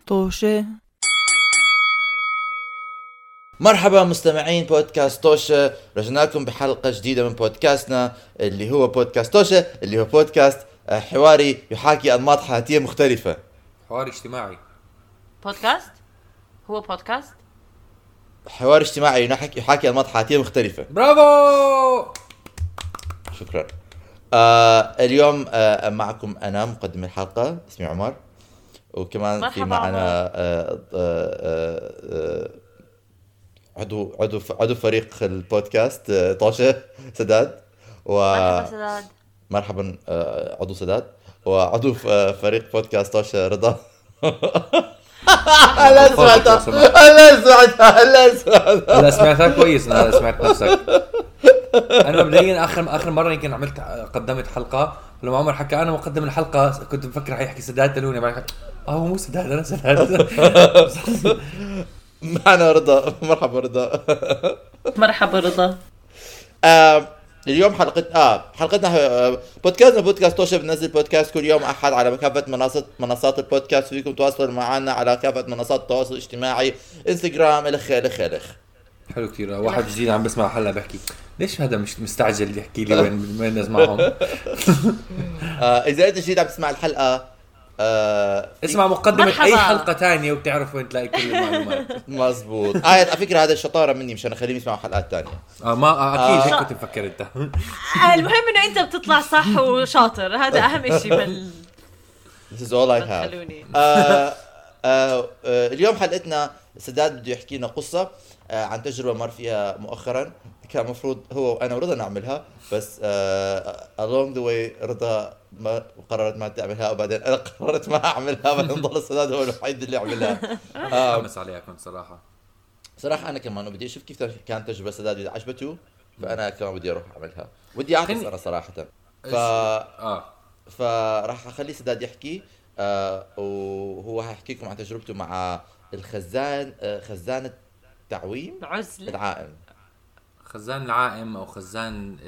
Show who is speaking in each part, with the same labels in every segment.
Speaker 1: طوشة.
Speaker 2: مرحبا مستمعين بودكاست توشة، رجعنا لكم بحلقة جديدة من بودكاستنا اللي هو بودكاست توشة، اللي هو بودكاست حواري يحاكي أنماط حياتية مختلفة.
Speaker 3: حوار اجتماعي.
Speaker 1: بودكاست هو بودكاست
Speaker 2: حوار اجتماعي يحاكي أنماط حياتية مختلفة.
Speaker 3: برافو.
Speaker 2: شكرا. اليوم معكم أنا مقدم الحلقة، اسمي عمر، وكمان في معنا عضو فريق البودكاست توشة، سداد.
Speaker 1: مرحبا سداد.
Speaker 2: مرحبا عضو سداد، وعضو فريق بودكاست توشة رضا. هلا
Speaker 3: سمعتها كويس. انا سمعت نفسك. انا مبدئيا اخر مره يمكن قدمت حلقه لما عمر حكى انا مقدم الحلقه، كنت مفكر حيحكي سداد تلوني، بعد هو مو سداد، انا سداد.
Speaker 2: معنا رضا. مرحبا رضا.
Speaker 1: مرحبا رضا.
Speaker 2: اليوم حلقتنا بودكاست توشة بنزل بودكاست كل يوم أحد على كافة منصات البودكاست. فيكم تواصلوا معنا على كافة منصات التواصل الاجتماعي، انستغرام الخ.
Speaker 3: حلو كتير. واحد جديد عم بسمع هلا بحكي ليش هذا مش مستعجل يحكي لي وين نسمعهم.
Speaker 2: إذا أنت جديد عم تسمع الحلقة،
Speaker 3: اسمع مقدمة
Speaker 1: مرحبا.
Speaker 3: أي حلقة تانية وبتعرف وين تلاقي كل المعلومات.
Speaker 2: مزبوط. على فكرة هذا الشطارة مني مشان أخليهم يسمعوا حلقات تانية.
Speaker 3: ما أكيد هيك كنت مفكر أنت.
Speaker 1: المهم إنه أنت بتطلع صح وشاطر، هذا أهم إشي
Speaker 2: This is all I have. اليوم حلقتنا سداد بده يحكي لنا قصة عن تجربة مر فيها مؤخرا. كان مفروض هو وأنا ورضا نعملها، بس along the way رضا ما قررت ما تعملها، وبعدين أنا قررت ما أعملها، بعدين ضل سداد هو الوحيد اللي عملها.
Speaker 3: متحمس عليكم
Speaker 2: صراحة أنا كمان بدي أشوف كيف كانت تجربة سداد، إذا عجبته فأنا كمان بدي أروح أعملها، ودي أعكس أنا صراحة. فراح أخلي سداد يحكي، وهو هيحكي لكم عن تجربته مع خزان التعويم العائم.
Speaker 3: خزان العائم او خزان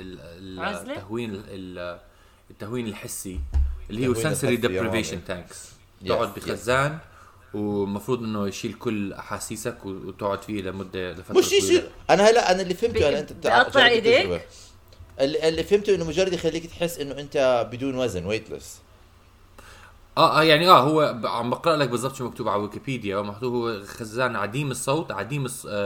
Speaker 3: التهوين الحسي اللي هو sensory deprivation tanks. تقعد بخزان ومفروض انه يشيل كل احاسيسك وتقعد فيه لفتره
Speaker 2: مش يشيل. انا اللي فهمته انت
Speaker 1: بتقطع ايديك.
Speaker 2: اللي فهمته انه مجرد يخليك تحس انه انت بدون وزن، ويتلس.
Speaker 3: يعني هو عم بقرأ لك بالضبط شو مكتوب على ويكيبيديا. مكتوب هو خزان عديم الصوت، عديم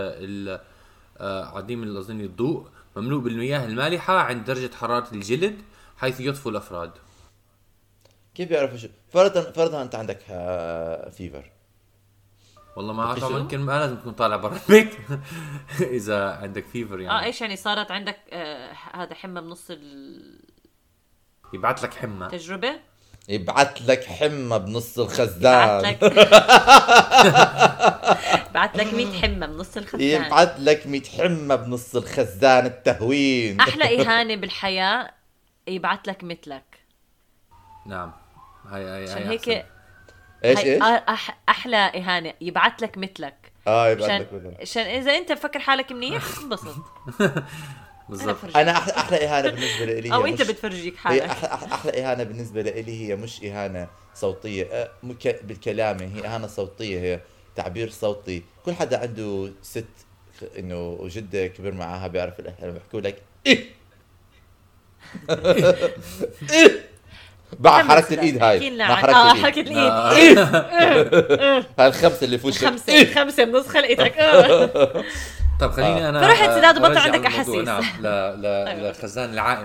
Speaker 3: أظن الضوء، مملوء بالمياه المالحة عند درجة حرارة الجلد حيث يطفو الأفراد.
Speaker 2: كيف بيعرفوا شو؟ فرضا أنت عندك فيفر.
Speaker 3: والله ما أعرف، ممكن ما لازم تكون طالع برا البيت. إذا عندك فيفر يعني.
Speaker 1: إيش يعني صارت عندك هذا حمى بنص
Speaker 3: يبعت لك حمى
Speaker 1: تجربة.
Speaker 2: يبعت لك حمى بنص الخزان.
Speaker 1: يبعت لك 100 حمى بنص الخزان.
Speaker 2: يبعت لك 100 حمى بنص الخزان التهوين.
Speaker 1: أحلى إهانة بالحياة يبعت لك مثلك.
Speaker 3: نعم. هاي
Speaker 1: عشان هيك
Speaker 2: ايش
Speaker 1: احلى اهانه يبعت لك مثلك.
Speaker 2: يبعت لك مثلك
Speaker 1: عشان اذا انت مفكر حالك منيح انبسط.
Speaker 3: بالضبط.
Speaker 2: انا احلى اهانه بالنسبه لي
Speaker 1: او انت بتفرجيك حالك.
Speaker 2: احلى اهانه بالنسبه لي هي مش اهانه صوتيه بالكلام، هي اهانه صوتيه، هي تعبير صوتي. كل حدا عنده ست انه جده كبر معاها بيعرف الاهل بيحكوا لك مع حركة الإيد. هاي مع
Speaker 1: حركة الإيد.
Speaker 2: هاي الخمسة اللي فوش.
Speaker 1: خمسة بنص خلقتك.
Speaker 3: طب خليني أنا
Speaker 1: فرحت سداد وبطل عندك أحاسيس.
Speaker 3: نعم. لخزان العائم.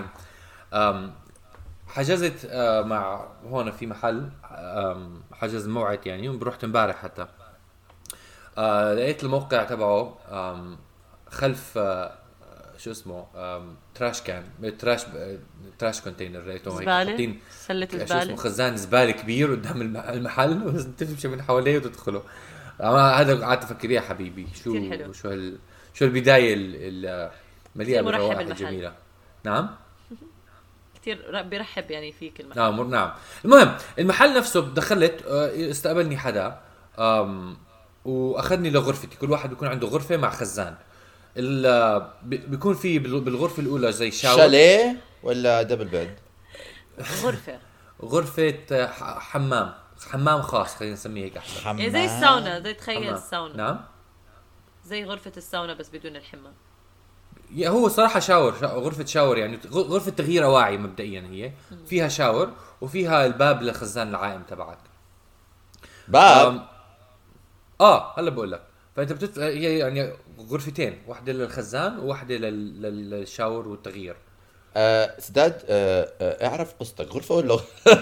Speaker 3: حجزت مع هون في محل، حجز موعد يعني، ورحت امبارح حتى. لقيت الموقع تبعه خلف شو اسمه تراش كان تراش كونتينر، لقيتهم هيك حاطين
Speaker 1: سلة
Speaker 3: شو
Speaker 1: زبالة،
Speaker 3: اسمه خزان زبالة كبير قدام المحل وتمشي من حواليه وتدخله. هذا قعدت افكر يا حبيبي شو البداية المليئة بالروائح الجميلة. نعم
Speaker 1: كتير بيرحب يعني فيك المحل.
Speaker 3: نعم. المهم المحل نفسه دخلت، استقبلني حدا واخذني لغرفتي. كل واحد بيكون عنده غرفة مع خزان. بيكون في بالغرفة الأولى زي
Speaker 2: شاليه ولا دبل بيد؟
Speaker 1: غرفة
Speaker 3: حمام حمام خاص، خلينا نسميه هيك احسن.
Speaker 1: يعني زي الساونا، زي تخيل
Speaker 3: حمام.
Speaker 1: الساونا.
Speaker 3: نعم،
Speaker 1: زي غرفة الساونا بس بدون الحمام.
Speaker 3: هو صراحة غرفة شاور، يعني غرفة تغيير أواعي مبدئيا. هي فيها شاور وفيها الباب للخزان العائم تبعك.
Speaker 2: باب
Speaker 3: هلا بقول لك. فانت هي يعني غرفتين، واحدة للخزان وواحدة للشاور والتغيير.
Speaker 2: سداد، اعرف قصتك غرفة ولا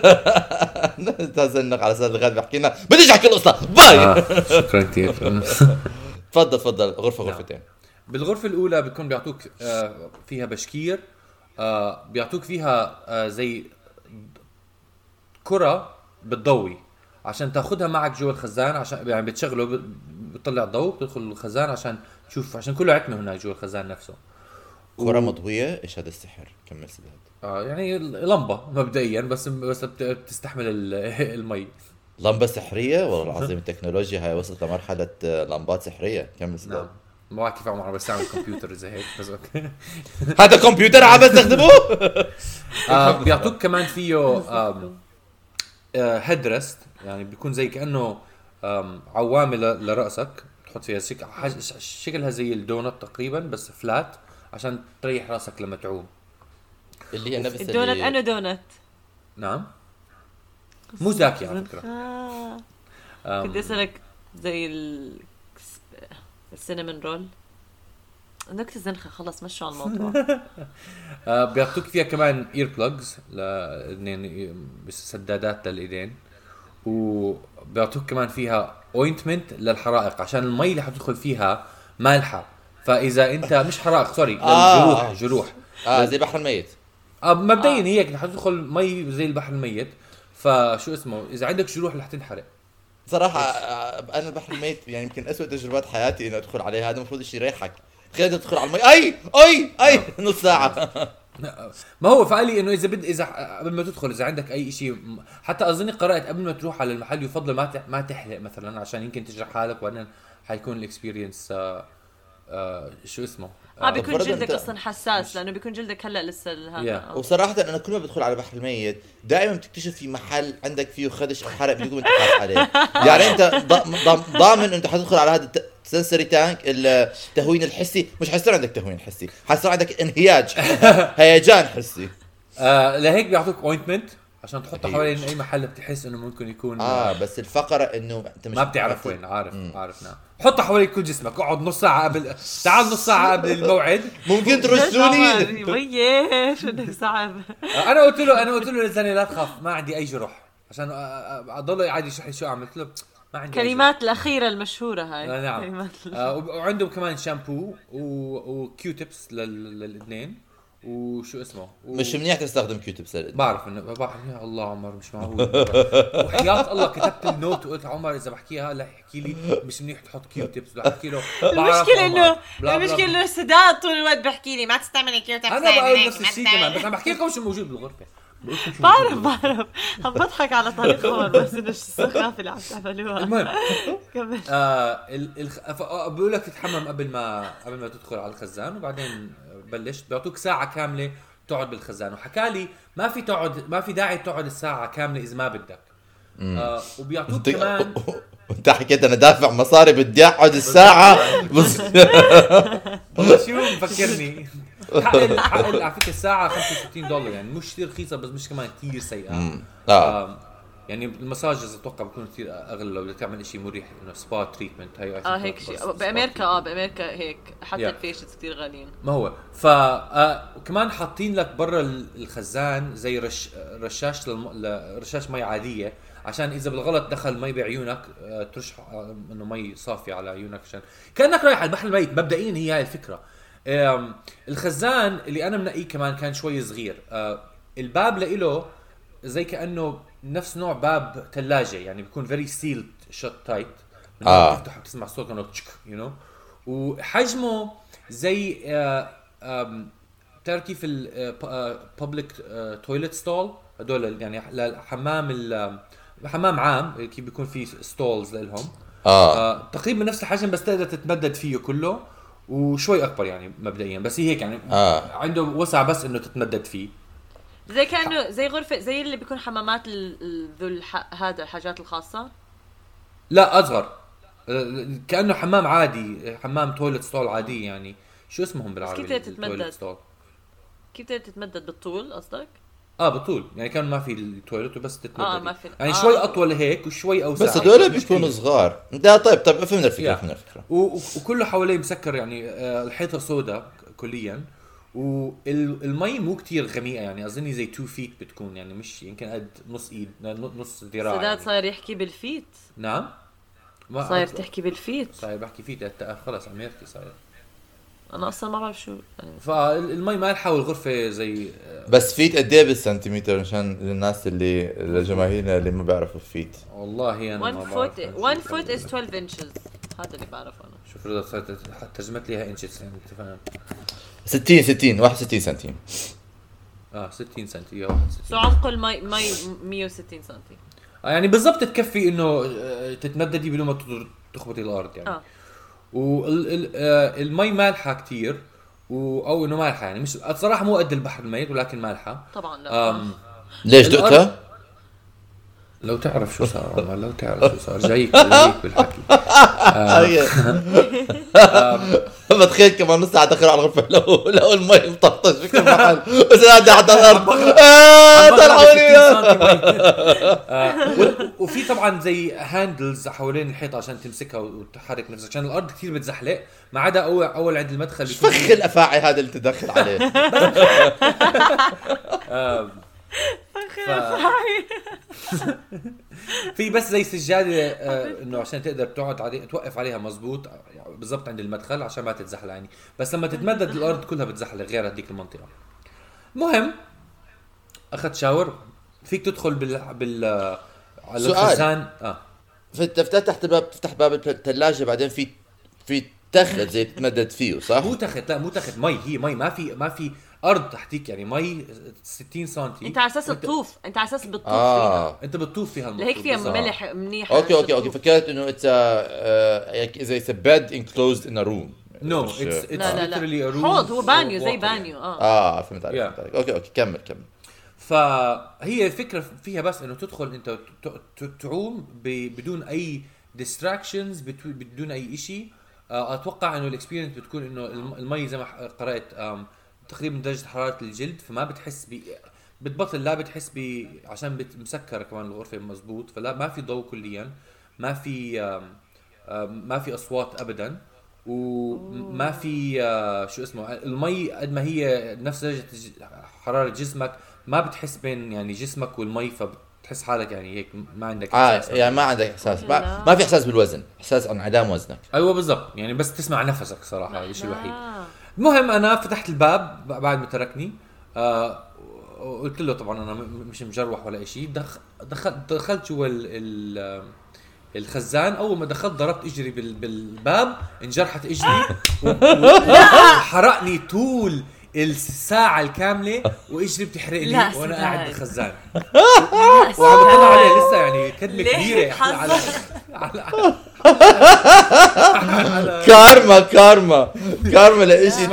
Speaker 2: تزنق على سداد الغاد بحكينا بديش احكي القصة باي.
Speaker 3: شكرا كثير.
Speaker 2: تفضل غرفتين.
Speaker 3: بالغرفة الأولى بيكون بيعطوك فيها بشكير، بيعطوك فيها زي كرة بتضوي عشان تاخدها معك جوا الخزان، عشان يعني بتشغله بتطلع ضوء، بتدخل الخزان عشان تشوف، عشان كله عتمة هنا جوا الخزان نفسه.
Speaker 2: كرة مضوية، ايش هذا السحر؟ كمل سداد.
Speaker 3: يعني لمبة مبدئيا، بس بتستحمل المي.
Speaker 2: لمبة سحرية؟ والله العظيم التكنولوجيا هاي وصلت لمرحلة لمبات سحرية. كمل سداد.
Speaker 3: نعم، ما بعرف كيف عمره بستعمل كمبيوتر زي هيك، بس اوكي.
Speaker 2: هذا كمبيوتر عم بستخدمه.
Speaker 3: بيعطوك كمان فيه هيدرست، يعني بيكون زي كأنه عوامة لرأسك تحط فيها شكلها زي الدونت تقريبا بس فلات، عشان تريح راسك لما تعوم.
Speaker 2: اللي هي نفس
Speaker 1: الدونت. أنا دونت.
Speaker 3: نعم، مو زاكي على فكرة.
Speaker 1: كنت أسألك زي السينمون رول. نكتة زنخة، خلص مشوا على الموضوع.
Speaker 3: بيعطوك فيها كمان اير بلوجز سدادات للإيدين، وبيعطوك كمان فيها اوينتمنت للحرائق عشان المي اللي حتدخل فيها مالحة، فإذا أنت مش حرائق سوري جروح
Speaker 2: زي بحر الميت.
Speaker 3: مبدئيا هيك حتدخل مي زي البحر الميت، فشو اسمه إذا عندك جروح رح تنحرق.
Speaker 2: صراحة أنا البحر الميت يعني يمكن أسوأ تجربات حياتي إنه أدخل عليه. هذا المفروض شيء يريحك. تخيل تدخل على المي أي نص ساعة.
Speaker 3: ما هو فقال لي إنه إذا قبل ما تدخل إذا عندك أي شيء، حتى أظني قرأت قبل ما تروح على المحل يفضل ما تحلق مثلا، عشان يمكن تجرح حالك، وبعدين حيكون الإكسبيرينس شو اسمه
Speaker 1: بيكون جلدك اصلا حساس، لانه بيكون جلدك هلا لسه
Speaker 2: هذا. وصراحه انا كل ما بدخل على بحر الميت دائما بتكتشف في محل عندك فيه خدش او حرق بيقوم انت خاف عليه. يعني انت ضامن انت حتدخل على هذا السنسوري تانك، التهوين الحسي. مش حيصير عندك تهوين حسي، حيصير عندك انهياج هيجان حسي.
Speaker 3: لهيك بيعطوك اوينتمنت عشان تحطه حوالين اي محل بتحس انه ممكن يكون
Speaker 2: بس الفقره انه انت مش
Speaker 3: ما بتعرف وين. عارف نعم. حطه حوالين كل جسمك، اقعد نص ساعه قبل، تعال نص ساعه قبل الموعد.
Speaker 2: ممكن ترسلوني
Speaker 1: ويش انك صعب.
Speaker 3: انا قلت له للزلمه لا تخاف، ما عندي اي جروح، عشان اضل عادي شو عملت له. ما عندي
Speaker 1: كلمات الاخيره المشهوره هاي.
Speaker 3: نعم. وعندهم كمان شامبو وكيوتبس للاثنين، وشو اسمه
Speaker 2: مش منيح تستخدم كيوتبس.
Speaker 3: بعرف يا الله عمر مش معقول. وحياة الله كتبت النوت وقلت عمر اذا بحكيها لا يحكي لي مش منيح تحط كيوتبس، لا احكي له
Speaker 1: المشكله انه سداد طول الوقت بحكي لي ما تستعملي كيوتبس.
Speaker 3: انا بقول نفس الشيء كمان، بس عم بحكي لكم شو موجود بالغرفه.
Speaker 1: بعرف عم بضحك على طريق عمر، بس انه السخافه اللي عم تعملوها.
Speaker 3: المهم
Speaker 1: كمل.
Speaker 3: بقول لك تتحمم قبل ما تدخل على الخزان، وبعدين بلشت بيعطوك ساعه كامله تقعد بالخزان، وحكالي ما في داعي تقعد الساعه كامله اذا ما بدك. وبيعطوك كمان
Speaker 2: انت حكيت انا دافع مصاري بدي اقعد الساعه بس.
Speaker 3: والله شو مفكرني حق على فكره الساعه $65 يعني مش كثير رخيصه، بس مش كمان كثير سيئه. يعني المساج اتوقع بيكون كثير اغلى لو بدك تعمل شيء مريح، انه سبا تريتمنت هي
Speaker 1: هيك شيء بامريكا هيك حتى الفيشز كثير غاليين.
Speaker 3: ما هو وكمان حاطين لك برا الخزان زي رشاش مي عاديه، عشان اذا بالغلط دخل مي بعيونك ترش انه مي صافي على عيونك، عشان كانك رايح على البحر الميت. مبدئيا هي هاي الفكره. الخزان اللي انا منقيه كمان كان شوي صغير. الباب له زي كأنه نفس نوع باب ثلاجة، يعني بيكون very sealed shut tight. تفتح بتسمع صوت انه تشك وحجمه زي تعرف كيف public toilet stall هدول، يعني حمام عام كيف بيكون في stalls لهم. تقريبا نفس الحجم، بس تقدر تتمدد فيه كله وشوي اكبر يعني مبدئيا، بس هي هيك يعني عنده وسع بس انه تتمدد فيه.
Speaker 1: زي كأنه زي غرفة زي اللي بيكون حمامات هذا الحاجات الخاصة.
Speaker 3: لا اصغر، كأنه حمام عادي، حمام تويلت ستول عادي يعني. شو اسمهم بالعربي؟
Speaker 1: كيف تتمدد؟ كيف تتمدد بالطول قصدك؟
Speaker 3: بالطول يعني كان ما في التويلت وبس تتمدد.
Speaker 1: ما في
Speaker 3: يعني شوي اطول هيك وشوي اوسع،
Speaker 2: بس هدول بيكونوا صغار. لا طيب فهمنا الفكره.
Speaker 3: وكله حواليه مسكر يعني. الحيطه سوداء كليا، والمي مو كتير غميقه يعني. اظني زي 2 فيت بتكون يعني، مش يمكن قد نص ايد، نص ذراع
Speaker 1: سداد
Speaker 3: يعني.
Speaker 1: صاير يحكي بالفيت.
Speaker 3: نعم
Speaker 1: صاير تحكي بالفيت.
Speaker 3: صاير بحكي فيت خلص امريكي صاير.
Speaker 1: انا اصلا ما بعرف شو
Speaker 3: فالمي مالحه والغرفه زي
Speaker 2: بس فيت قد ايه بالسنتيمتر عشان للناس اللي لجماهيرنا اللي ما بيعرفوا الفيت؟
Speaker 3: والله انا ما بعرف.
Speaker 1: 1 foot is 12 inches. هذا اللي بعرفه انا.
Speaker 3: شوف رضا صارت ترجمت ليها انشز يعني انت فاهم.
Speaker 2: 60 61 سنتيم.
Speaker 3: 60 سنتي يا 61.
Speaker 1: سو عمق المي 160 سنتي.
Speaker 3: يعني بالضبط تكفي انه تتمددي بدون ما تخبطي الارض يعني. والمي مالحه كتير او انه مالحه يعني، مش الصراحه مو قد البحر الميت ولكن مالحه
Speaker 1: طبعا. لا
Speaker 2: ليش دقتها؟
Speaker 3: لو تعرف شو صار عمر، لو تعرف شو صار جايك بالحكي.
Speaker 2: بتخيل كمان نص ساعة دخل على الغرفة لو المي مطرطش في كل محل وزاد على الأرض.
Speaker 3: وفي طبعا زي هاندلز حوالين الحيطة عشان تمسكها وتحرك نفسك، عشان الأرض كتير بتزحلق ما عدا أول عند المدخل.
Speaker 2: فخ الأفاعي هذا اللي تدخل عليه.
Speaker 3: في بس زي سجادة انه عشان تقدر تقعد عليه توقف عليها مزبوط بالضبط عند المدخل عشان ما تتزحلق يعني. بس لما تتمدد الارض كلها بتزحلق غير هذيك المنطقة. مهم اخذت شاور، فيك تدخل على الخزان.
Speaker 2: تفتح الباب، تفتح باب الثلاجة، بعدين في تخت زي تتمدد فيه صح؟
Speaker 3: مو تخت مي، هي مي ما في ارض تحتيك يعني. مي 60 سم.
Speaker 1: انت على اساس الطوف، انت على اساس بتطوف فيها،
Speaker 3: انت بتطوف فيها المفروض.
Speaker 1: لهيك فيها ملح منيح.
Speaker 2: اوكي فكرت انه زي bed enclosed in a room.
Speaker 3: No, it's literally a room.
Speaker 1: حوض، هو بانيو زي بانيو.
Speaker 2: فهمت عليك. اوكي كمل.
Speaker 3: فهي الفكرة فيها بس انه تدخل انت تعوم بدون اي distractions، بدون اي اشي. اتوقع انه الاكسبيرينس بتكون انه المي زي ما قرأت تقريبا درجة حرارة الجلد، فما بتحس بتبطل، لا بتحس عشان مسكر كمان الغرفة مزبوط، فلا ما في ضوء كليا، ما في اصوات ابدا، وما في شو اسمه المي قد ما هي نفس درجة حرارة جسمك، ما بتحس بين يعني جسمك والمي، فبتحس حالك يعني هيك ما عندك احساس.
Speaker 2: يعني ما عندك احساس، ما في احساس بالوزن، احساس عن انعدام وزنك.
Speaker 3: ايوه بالضبط يعني، بس تسمع نفسك صراحة الشيء الوحيد. المهم انا فتحت الباب بعد ما تركني، قلت له طبعا انا مش مجروح ولا شيء. دخلت جوا الخزان. اول ما دخلت ضربت اجري بالباب، انجرحت اجري وحرقني طول الساعة الكاملة، واجري بتحرقني وانا قاعد بالخزان. وعم بطلع عليه لسه يعني كدمة كبيرة على كارما لإشي.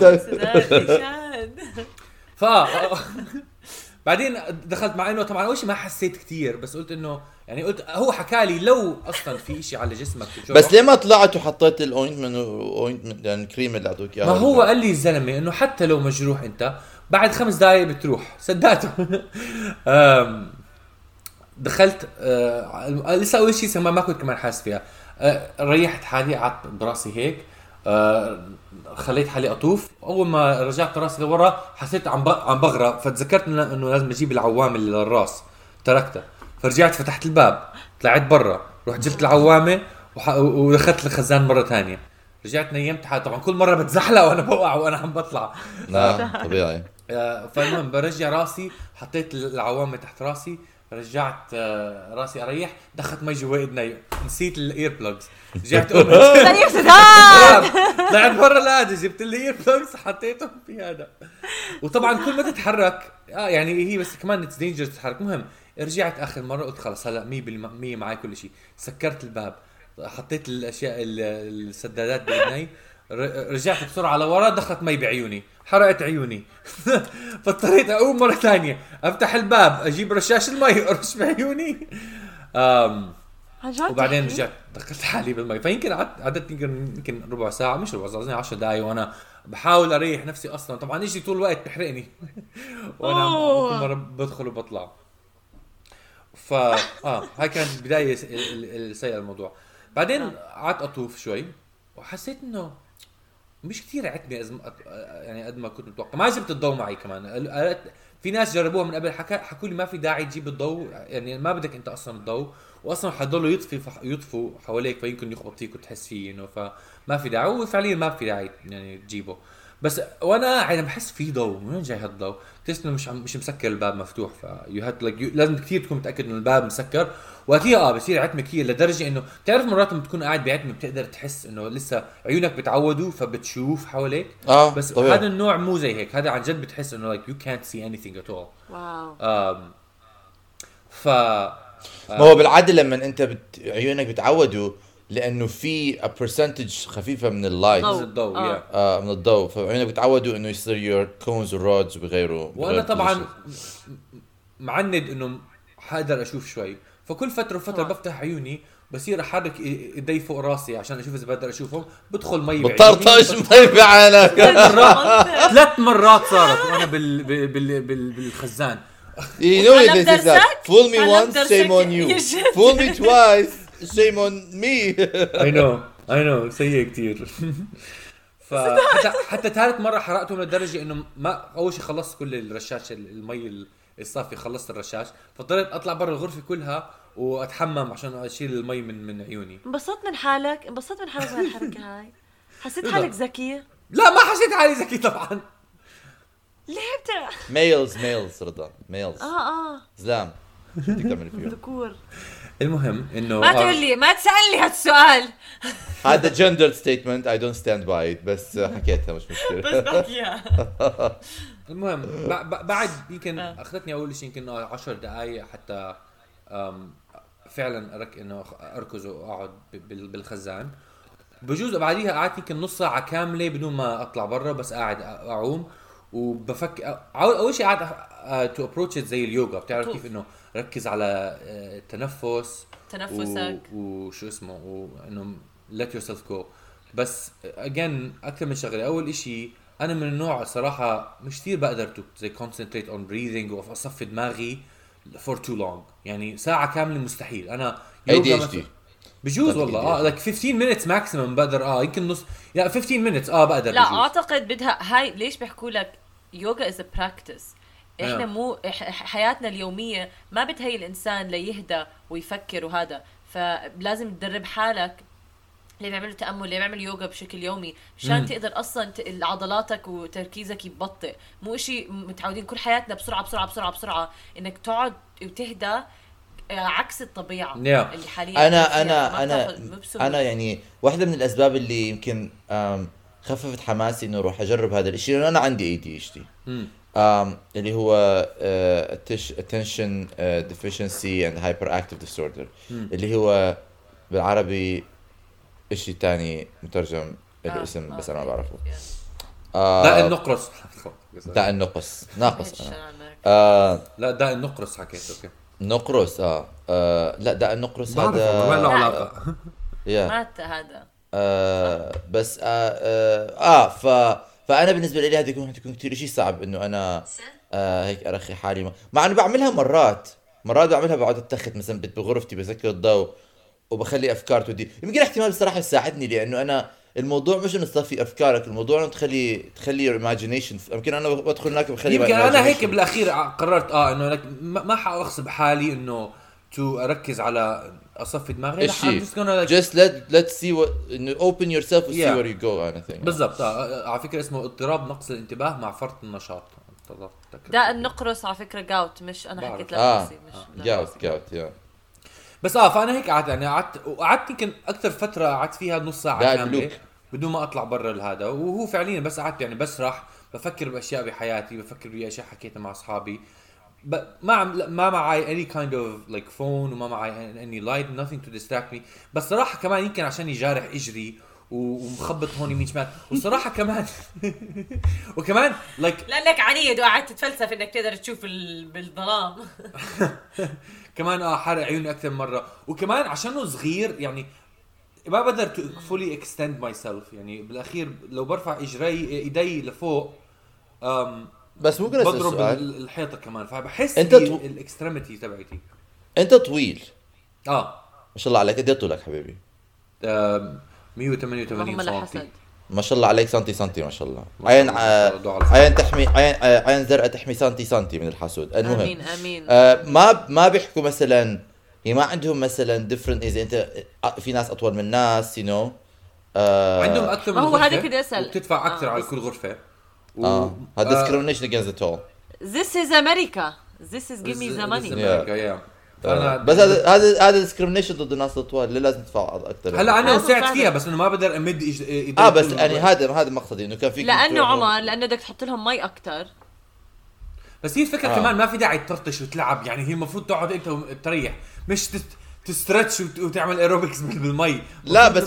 Speaker 3: بعدين دخلت، مع انه طبعا اول شيء ما حسيت كتير، بس قلت انه يعني قلت هو حكالي لو اصلا في اشي على جسمك
Speaker 2: بس ليه ما طلعت وحطيت الاوينتمنت يعني الكريم اللي اعطوك اياه؟
Speaker 3: ما هو قال لي الزلمه انه حتى لو مجروح انت بعد 5 دقائق بتروح، صدقته. دخلت لسه اول شيء ما كنت كمان حاسس فيها. ريحت حالي، قعدت براسي هيك، خليت حالي اطوف. اول ما رجعت راسي لورا حسيت عم بغرق، فتذكرت انه لازم اجيب العوامه اللي للراس، تركتها. فرجعت فتحت الباب، طلعت برا، رحت جبت العوامه ودخلت الخزان مره ثانيه. رجعت نيمت حالي، طبعا كل مره بتزحلق وانا بوقع وانا عم بطلع.
Speaker 2: طبيعي.
Speaker 3: فالمهم برجع راسي، حطيت العوامه تحت راسي، رجعت راسي اريح، دخلت مي جوا ايدي، نسيت الاير بلوجز. رجعت قمت طلعت برا القعده، جبت الاير بلوجز حطيتهم في هذا. وطبعا كل ما تتحرك يعني هي بس كمان اتس دينجر تتحرك. المهم رجعت اخر مره، قلت خلص هلا 100% معي كل شيء. سكرت الباب، حطيت الاشياء السدادات بايدي، رجعت بسرعه لورا، دخلت مي بعيوني، حرقت عيوني. فاضطريت اقوم مره ثانيه، افتح الباب، اجيب رشاش المي، ارش بعيوني. وبعدين رجعت دخلت حالي بالمي. فيمكن عدت يمكن ربع ساعه، مش ربع ساعه، 10 دقائق وانا بحاول اريح نفسي اصلا. طبعا اجي طول الوقت بحرقني وانا كل مره بدخل وبطلع. هاي كانت البدايه السيئه الموضوع. بعدين قعدت اطوف شوي وحسيت انه مش كثير عتمي يعني قد ما كنت متوقع. ما جبت الضوء معي كمان. في ناس جربوها من قبل، حكوا لي ما في داعي تجيب الضوء، يعني ما بدك انت اصلا الضوء، واصلا حضلوا يطفوا حواليك فيمكن يخبط فيك وتحس فيه انه فما في داعي. وفعليا ما في داعي يعني تجيبه. بس وانا قاعد بحس في ضوء، من وين جاي هالضوء؟ اكتشفت انه مش مسكر الباب مفتوح. لازم كثير تكون متاكد انه الباب مسكر. وقتها بصير عتمه كثير لدرجه انه بتعرف مرات لما تكون قاعد بعتمه بتقدر تحس انه لسه عيونك بتعودوا فبتشوف حواليك. بس طبيعي. هذا النوع مو زي هيك، هذا عن جد بتحس انه like you can't see anything at all.
Speaker 1: واو.
Speaker 2: ما هو بالعاده لما انت عيونك بتعودوا لانه في percentage خفيفه من اللايت،
Speaker 3: الضوء
Speaker 2: من الضوء، فعيونك بتعودوا انه يصير يور كونز ورودز وبغيره.
Speaker 3: وانا طبعا معند انه حقدر اشوف شوي، فكل فتره وفتره بفتح عيوني بصير احرك ايدي فوق راسي عشان اشوف اذا بقدر اشوفهم. بدخل مي
Speaker 2: بطرطش مي بعينك.
Speaker 3: 3 مرات صارت وانا بالخزان.
Speaker 2: You know this is that fool me once, shame on you. Fool me twice, shame on me.
Speaker 3: I know سيء كتير. حتى ثالث مرة حرقتهم لدرجة انه ما اول شيء خلصت كل الرشاش المي الصافي، خلصت الرشاش، فاضطريت اطلع برا الغرفة كلها واتحمم عشان اشيل المي من عيوني.
Speaker 1: انبسطت من حالك من هالحركة هاي؟ حسيت حالك ذكي؟
Speaker 3: لا ما حسيت حالي ذكي طبعا.
Speaker 1: ليه
Speaker 2: ميلز رضا ميلز زلام بدك تعمل فيه
Speaker 1: ذكور.
Speaker 3: المهم انه
Speaker 1: ما تقول لي ما تسألني هالسؤال.
Speaker 2: هذا جندر ستيتمنت I don't stand by it، بس حكيتها مش مشكلة.
Speaker 1: بس بحكيها.
Speaker 3: المهم بعد يمكن اخذتني اول شيء يمكن 10 دقائق حتى فعلا انه اركز واقعد بالخزان. بجوز بعديها قعدت يمكن نص ساعة كاملة بدون ما اطلع برا، بس قاعد اعوم وبفكر. اول شيء قاعد تو ابروتش زي اليوغا، بتعرف كيف انه ركز على
Speaker 1: تنفسك
Speaker 3: وشو اسمه، وانه let yourself go. بس again اكثر من شغله. اول اشي انا من النوع صراحه مش كثير بقدر زي concentrate on breathing واصفي دماغي for too long، يعني ساعه كامله مستحيل. انا
Speaker 2: ADHD
Speaker 3: بجوز والله like 15 minutes maximum بقدر يمكن نص 15 minutes بقدر.
Speaker 1: لا
Speaker 3: بجوز.
Speaker 1: اعتقد بدها هاي ليش بيحكوا لك يوغا is a practice. احنا مو حياتنا اليوميه ما بتهيئ الانسان ليهدى ويفكر وهذا، فلازم تدرب حالك اللي بيعملوا تأمل اللي بيعمل يوغا بشكل يومي مشان تقدر أصلاً عضلاتك وتركيزك يبطئ. مو إشي متعودين كل حياتنا بسرعة بسرعة بسرعة بسرعة إنك تقعد وتهدى، عكس الطبيعة اللي حاليا.
Speaker 2: أنا يعني واحدة من الأسباب اللي يمكن خففت حماسي إنه أروح أجرب هذا الإشي لأنه أنا عندي ADHD اللي هو attention deficiency and hyperactive disorder اللي هو بالعربي إشي تاني مترجم الاسم بس أنا ما بعرفه.
Speaker 3: داء النقرس.
Speaker 2: داء النقص ناقص
Speaker 3: لا داء النقرس حكيت اوكي
Speaker 2: نقرس لا داء النقرس هذا
Speaker 3: ما له علاقة.
Speaker 1: مات هذا
Speaker 2: بس فأنا بالنسبة لي هذا يكون كتير شيء صعب إنه أنا هيك أرخي حالي مع إنه بعملها مرات بعملها بقعد أتخذ مثلا بغرفتي بسكر الضوء وبخلي أفكار تودي. يمكن احتمال بصراحة يساعدني لأنه أنا الموضوع مش إنه تصفي أفكارك، الموضوع إنه تخلي imagination. يمكن أنا بدخل هناك بخلي
Speaker 3: يمكن أنا هيك بالأخير قررت إنه ما حأغصب حالي إنه أركز على أصفي دماغي.
Speaker 2: just let's see what open yourself and see where you go kind of thing.
Speaker 3: بالضبط. على فكرة اسمه اضطراب نقص الانتباه مع فرط النشاط.
Speaker 1: ده النقرس على فكرة جاوت، مش أنا حكيت لك
Speaker 2: مش جاوت
Speaker 3: بس فأنا هيك قعدت يمكن أكثر فترة قعدت فيها نص ساعة كاملة بدون ما أطلع برا هذا. وهو فعليا بس قعدت يعني بسرح بفكر بأشياء بحياتي، بفكر بأشياء حكيتها مع أصحابي. ما معي any kind of like phone وما معي any light nothing to distract me. بس صراحة كمان يمكن عشان يجارح إجري ومخبط هون يمين شمال. والصراحه كمان وكمان
Speaker 1: لانك عنيد وقعدت تتفلسف انك تقدر تشوف بالظلام.
Speaker 3: كمان حرق عيوني اكثر مره. وكمان عشانه صغير يعني ما بقدر fully extend myself يعني بالاخير لو برفع ايدي لفوق
Speaker 2: بس ممكن
Speaker 3: بضرب الحيطه كمان. فبحس الاكستريميتي تبعتي.
Speaker 2: انت طويل
Speaker 3: ما
Speaker 2: شاء الله عليك. قد ايه طولك حبيبي؟
Speaker 3: 188 سم.
Speaker 2: ما شاء الله عليك. سنتي ما شاء الله. عين تحمي عين زرقاء تحمي سنتي من الحسود. المهم
Speaker 1: امين
Speaker 2: ما بيحكوا مثلا يعني ما عندهم مثلا different اذا انت في ناس اطول من ناس
Speaker 3: عندهم اكثر من
Speaker 1: هو هذا كده اسال
Speaker 3: وبتدفع اكثر على كل غرفه.
Speaker 2: هذا discrimination against the tall.
Speaker 1: This is America. This is give me the money.
Speaker 2: بس هذا discrimination ضد الناس الطوال اللي لازم تدفع اكثر.
Speaker 3: هلا انا وسعت فيها بس انه ما بقدر امد
Speaker 2: بس يعني هذا مقصدي انه كان في
Speaker 1: لانه عمر لانه بدك تحط لهم مي اكثر.
Speaker 3: بس هي الفكره كمان ما في داعي تطرطش وتلعب يعني. هي المفروض تقعد انت تريح مش تسترتش وتعمل ايروبكس بالمي.
Speaker 2: لا بس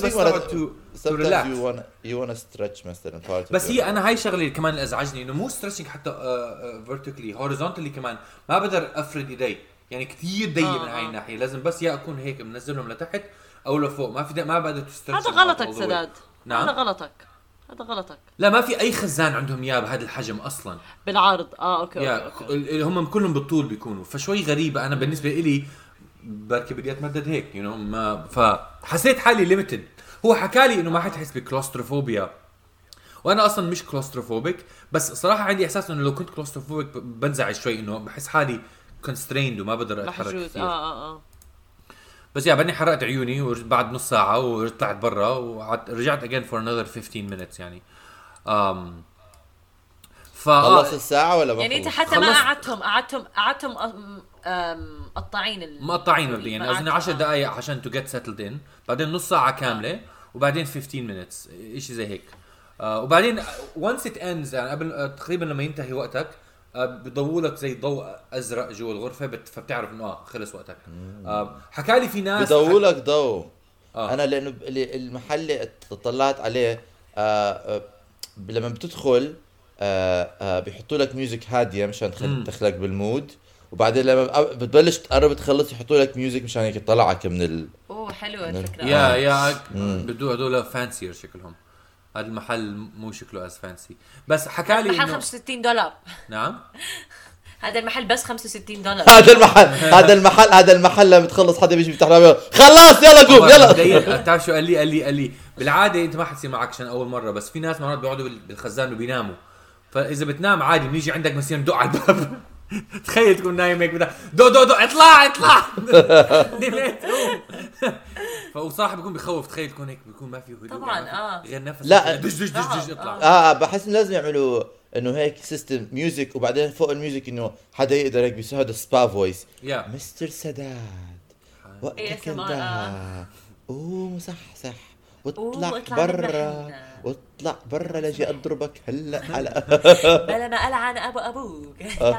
Speaker 2: you wanna stretch مثلا.
Speaker 3: بس هي انا هاي شغله كمان اللي ازعجني انه مو stretching حتى vertically horizontally كمان ما بقدر افرد ايدي يعني كتير ضيق من هاي الناحيه. لازم بس يا اكون هيك منزلهم لتحت او لفوق. ما بقدر تسترتش.
Speaker 1: هذا غلطك سداد.
Speaker 3: نعم
Speaker 1: هذا غلطك.
Speaker 3: لا ما في اي خزان عندهم اياه بهذا الحجم اصلا
Speaker 1: بالعرض. اوكي
Speaker 3: هم كلهم بالطول بيكونوا. فشوي غريبه انا بالنسبه لي بركي بدي اتمدد هيك ما فحسيت حالي ليميتد. هو حكى لي انه ما حتحس بكلوستروفوبيا وانا اصلا مش كلوستروفوبيك. بس صراحه عندي احساس انه لو كنت كلوستروفوبيك بنزعج شوي انه بحس حالي constrained وما بقدر اتحرك كثير. بس بعدني حرقت عيوني وبعد نص ساعه وطلعت برا ورجعت again for another 15 minutes يعني.
Speaker 2: خلص الساعه ولا
Speaker 1: يعني انت حتى ما قعدتهم
Speaker 3: مقطعين مبدئيا يعني اظن 10 دقائق عشان to get settled in. بعدين نص ساعه كامله وبعدين 15 minutes شيء زي هيك. وبعدين once it ends يعني قبل تقريبا لما ينتهي وقتك بيضووا لك زي ضوء ازرق جوا الغرفه فبتعرف انه خلص وقتك. حكى لي في ناس
Speaker 2: بيضووا لك ضوء. انا لانه المحل اللي طلعت عليه لما بتدخل بيحطوا لك ميوزك هاديه مشان تدخلك بالمود. وبعدين لما بتبلش تقرب تخلص يحطوا لك ميوزك مشان هيك يطلعك من
Speaker 1: حلوه الفكره.
Speaker 3: يا بدو هذول فانسير شكلهم. هذا المحل مو شكله از فانسي. بس حكى لي
Speaker 1: المحل $65.
Speaker 3: نعم
Speaker 1: هذا المحل بس $65.
Speaker 2: هذا المحل لما تخلص حدا بيجي بيفتح له خلاص يلا قوم يلا.
Speaker 3: بتعرف شو قال لي بالعاده انت ما حتصير معك عشان اول مره. بس في ناس مرات بيقعدوا بالخزان وبيناموا. فاذا بتنام عادي بنيجي عندك مسير ندق على الباب. تخيل تكون نايم هيك دو اطلع فصراحه بيكون بخوف. تخيل تكون هيك بيكون ما فيه هدوء
Speaker 1: طبعا
Speaker 3: غير نفس.
Speaker 2: لا
Speaker 3: دش اطلع.
Speaker 2: بحس لازم يعملوا انه هيك سيستم ميوزك وبعدين فوق الميوزك انه حدا يقدر هيك بيسوي هذا سبا فويس. مستر سداد وقتك انتهى ومصحصح واطلع برا لجي اضربك هلا على
Speaker 1: بلا ما ألعن ابوك.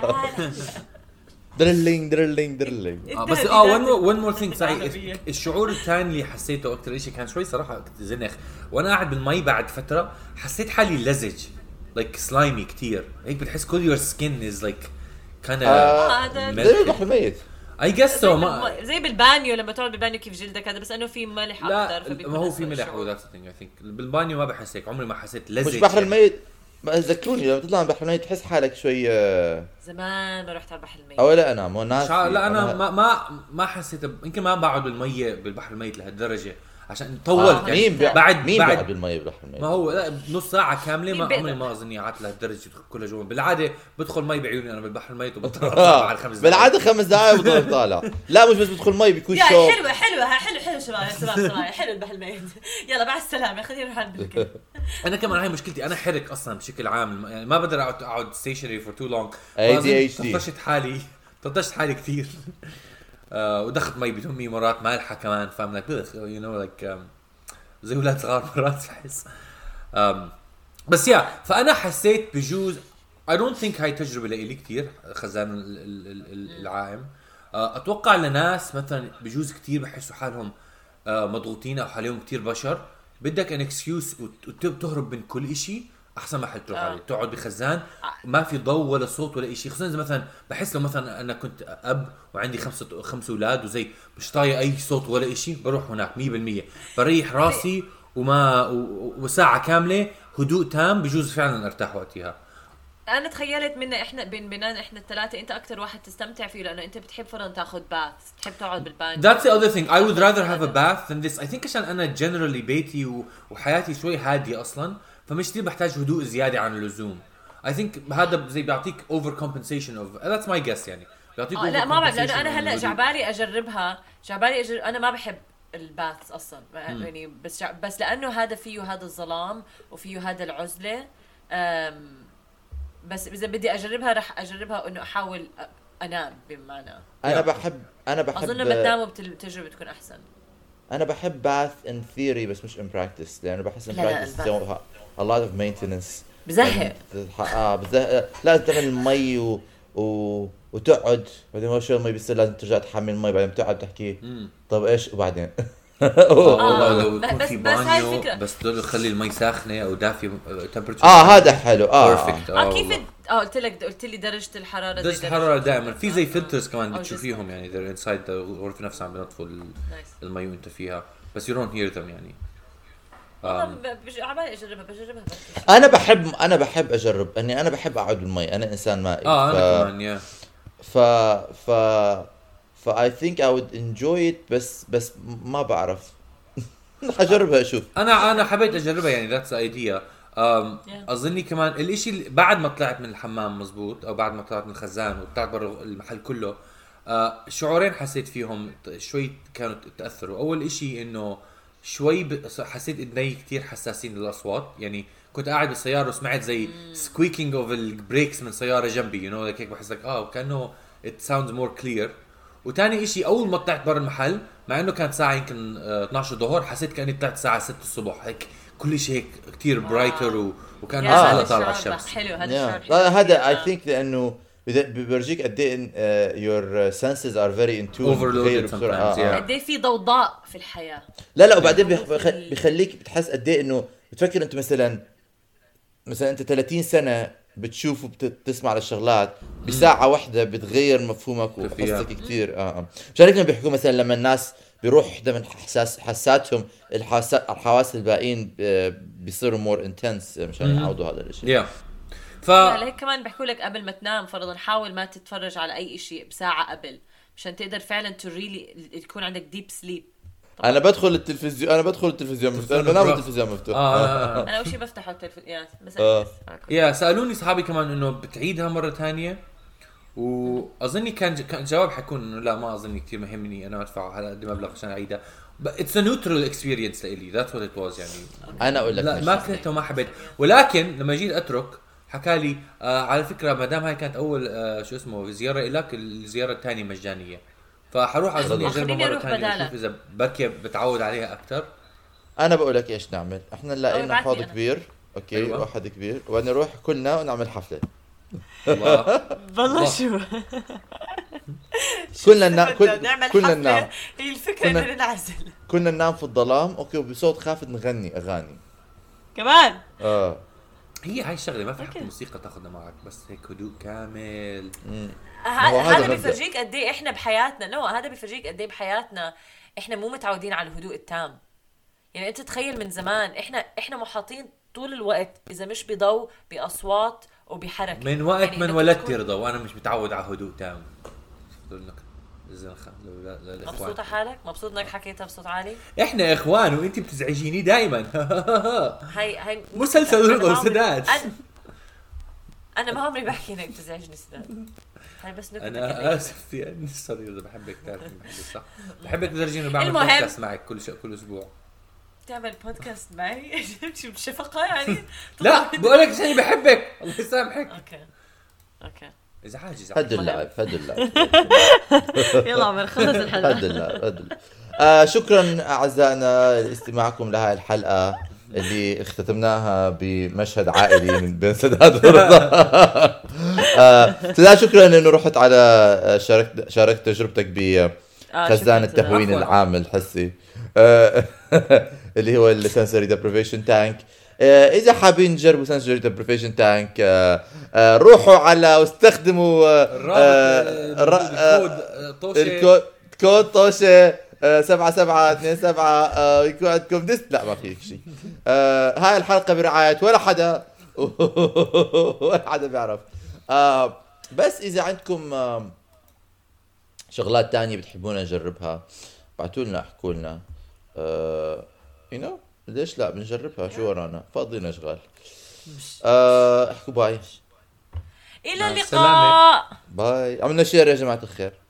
Speaker 2: درلينج
Speaker 3: بس one more thing صحيح. الشعور الثاني اللي حسيته اكثر شيء كان شوي صراحه زنخ وانا قاعد بالمي بعد فتره. حسيت حالي لزج like slimy كتير هيك. بتحس كل your skin is like kind of
Speaker 2: زي البحر الميت.
Speaker 3: I guess so.
Speaker 1: زي بالبانيو لما تقعد بالبانيو كيف جلدك هذا. بس انه في ملح اكثر.
Speaker 3: ما هو في ملح و that's the thing I think. بالبانيو ما بحس هيك. عمري ما حسيت لزج.
Speaker 2: مش بحر الميت. ما ذكروني لما تطلع من بحر الميت تحس حالك شوي
Speaker 1: زمان ما رحت على البحر الميت.
Speaker 2: او لا انا مو ناس.
Speaker 3: لا انا ما حسيت يمكن ما بقعد بالميه بالبحر الميت لهالدرجه عشان طولت
Speaker 2: يعني بعد بالميه بالبحر الميت.
Speaker 3: ما هو نص ساعه كامله ما عمري ما اظني قعدت لهالدرجه كلها جوا. بالعاده بدخل مي بعيوني انا بالبحر الميت وبطلع بعد 5 دقائق.
Speaker 2: بالعاده 5 دقائق وبضل طالع. لا مش بس بدخل مي بيكون شو
Speaker 1: حلو شباب حلو البحر الميت. يلا مع السلامه خلينا نروح على البلكن.
Speaker 3: انا كمان هاي مشكلتي. انا حرك اصلا بشكل عام يعني ما بقدر اقعد ستيشنري فور تو لونج. طفشت حالي كثير. ودخلت مي بتمي مرات مالحه كمان. فاهم لك يو نو لايك زي ولاد صغار مرات بحس. بس فانا حسيت بجوز I don't think هاي تجربه لي كثير خزان العائم. اتوقع لناس مثلا بجوز كثير بحسوا حالهم مضغوطين او حالهم كثير بشر بدك ان اكسكيوز وتهرب من كل إشي، احسن محل تروح عليه تقعد بخزان ما في ضوء ولا صوت ولا شيء. خصوصا اذا مثلا بحس لو مثلا انا كنت اب وعندي خمسة اولاد وزي مش طايق اي صوت ولا شيء، بروح هناك 100% بريح راسي وساعه كامله هدوء تام، بجوز فعلا ارتاح وقتها.
Speaker 1: انا تخيلت منا احنا بيننا احنا الثلاثه انت اكثر واحد تستمتع فيه لانه انت بتحب فرضا تاخذ باث، بتحب تقعد بالبانيو.
Speaker 3: That's the other thing. I would rather have a bath than this. I think عشان انا generally بيتي وحياتي شوي هاديه اصلا، فمش كثير بحتاج هدوء زياده عن اللزوم. I think هذا زي بيعطيك overcompensation of that's my guess يعني. بيعطيك
Speaker 1: لا ما بعرف، لانه انا هلا جعبالي اجربها انا ما بحب الباث اصلا يعني، بس لانه هذا فيه هذا الظلام وفيه هذا العزله. بس اذا بدي اجربها رح اجربها انه احاول انام بمعنى.
Speaker 2: انا بحب
Speaker 1: اظن لما تناموا التجربه تكون احسن.
Speaker 2: انا بحب باث ان ثيوري بس مش ان براكتس، لانه بحس ان براكتس a lot of maintenance
Speaker 1: بزهق.
Speaker 2: بزهق. لازم تعمل المي وتقعد بعدين هو شو المي بيصير لازم ترجع تحمل المي بعدين بتقعد تحكي طب ايش وبعدين.
Speaker 3: والله لو يكون في بانيو بس تقدر تخلي المي ساخنه او دافيه temperature
Speaker 2: هذا حلو.
Speaker 3: perfect.
Speaker 1: كيف قلت لي درجه الحراره
Speaker 3: درجه الحراره دائما في زي فلترز كمان بتشوفيهم يعني they're inside الغرفه نفسها عم بينطفوا المي وانت فيها بس you don't hear them يعني.
Speaker 1: عمالي بجربها.
Speaker 2: انا بحب اجرب اني انا بحب اقعد بالمي، انا انسان مائي.
Speaker 3: انا كمان
Speaker 2: I think I would enjoy it بس ما بعرف. اجربها اشوف.
Speaker 3: انا حبيت اجربها يعني that's the idea. اظني كمان الاشي بعد ما طلعت من الحمام مزبوط او بعد ما طلعت من الخزان وطلعت برا المحل كله، شعورين حسيت فيهم شوي كانوا تاثروا. اول اشي انه شوي حسيت ايدي كتير حساسين للاصوات، يعني كنت قاعد بالسياره وسمعت زي squeaking of البريكس من سياره جنبي هيك بحس لك كانه it sounds more clear. وتاني اشي اول ما طلعت برا المحل مع انه كانت ساعه يمكن 12 الظهر حسيت كاني طلعت الساعه 6 الصبح، هيك كل شيء هيك كتير برايتر وكان هلا طالع الشمس.
Speaker 1: حلو هذا الشعور.
Speaker 2: هذا I think لانه بيورجيك قد ايه your senses are very in tune
Speaker 3: overloaded sometimes.
Speaker 1: قد ايه في ضوضاء في الحياه.
Speaker 2: لا وبعدين بيخليك بتحس قد ايه انه بتفكر انت مثلا انت 30 سنه بتشوف وبتسمع للشغلات بساعه واحده بتغير مفهومك وقصتك كثير. مشان هيك بيحكوا مثلا لما الناس بيروح ده من حساتهم الحواس الباقيين بيصيروا مور انتنس مشان يعودوا هذا الشيء.
Speaker 1: لهيك كمان بحكوا لك قبل ما تنام فرضا حاول ما تتفرج على اي شيء بساعه قبل مشان تقدر فعلا يكون عندك ديب سليب.
Speaker 2: انا بدخل التلفزيون مفتوح. انا بنام التلفزيون مفتوح.
Speaker 1: انا اول شيء بفتحه التلفزيون بس
Speaker 3: سالوني صحابي كمان انه بتعيدها مره ثانيه، واظني كان جواب حيكون انه لا ما اظني كثير مهمني انا ادفع هذا قد مبلغ عشان اعيدها. It's a neutral experience لإلي. That's what it was يعني.
Speaker 2: أنا أقول لك
Speaker 3: لا ما كنت وما حبيت، ولكن لما جيت أترك حكالي على فكرة مدام هاي كانت أول زيارة إلك، الزيارة الثانية مجانية، فحروح أظني أجربها مرة ثانية أشوف إذا بركي بتعود عليها أكتر.
Speaker 2: أنا بقول لك إيش نعمل، إحنا لقينا حوض كبير أوكي أيوة. واحد كبير وبدنا نروح كلنا ونعمل حفلة.
Speaker 1: والله شو
Speaker 2: كلنا ننام
Speaker 1: هي الفكرة إنه ننعزل
Speaker 2: كلنا ننام في الظلام أوكي وبصوت خافت نغني أغاني
Speaker 1: كمان.
Speaker 3: هي هاي الشغلة ما في حتى موسيقى تاخذنا معك، بس هيك هدوء كامل.
Speaker 1: هذا بيفرجيك قد ايه احنا بحياتنا هذا بيفرجيك قد ايه بحياتنا احنا مو متعودين على الهدوء التام. يعني انت تخيل من زمان احنا محاطين طول الوقت اذا مش بضوء باصوات وبحركه
Speaker 3: من وقت يعني من ولدت رضا وانا مش متعود على هدوء تام. بقول لك
Speaker 1: مبسوطه حالك؟ مبسوط انك حكيتها بصوت عالي؟
Speaker 3: احنا اخوان وانت بتزعجيني دائما.
Speaker 1: هاي
Speaker 3: مسلسل رضا وسداد.
Speaker 1: انا ما عمري بحكي انك بتزعجني سداد. هاي بس نكتة.
Speaker 3: انا اسف يعني سوري اذا بحبك تعرف بحبك صح. بحبك لدرجه انه بعمل بودكاست معك كل اسبوع. تعمل
Speaker 1: بودكاست معي شو بشفقه يعني؟
Speaker 3: لا بقول لك عشان بحبك الله يسامحك.
Speaker 1: اوكي
Speaker 3: اذا عاجز
Speaker 2: هد اللعب
Speaker 1: يلا عمر خلص الحلقه.
Speaker 2: هد اللعب. شكرا اعزائنا لاستماعكم لهذه الحلقه اللي اختتمناها بمشهد عائلي من بين سداد ورضا. سداد شكرا انه رحت على شاركت تجربتك بخزان التهوين العام الحسي. اللي هو السنسوري ديبريفيشن تانك. اذا حابين تجربوا سنسوري ديبريفيشن تانك روحوا على واستخدموا الكود طوشه 7727 يكون عندكم لا ما في شيء. هاي الحلقه برعايه ولا حدا ولا حدا بيعرف. بس اذا عندكم شغلات تانية بتحبونا نجربها بعتوا لنا احكوا لنا ليش لا بنجربها. شو ورانا فاضيين اشغال. احكوا باي.
Speaker 1: الى اللقاء.
Speaker 2: باي. عملنا شير يا جماعة الخير.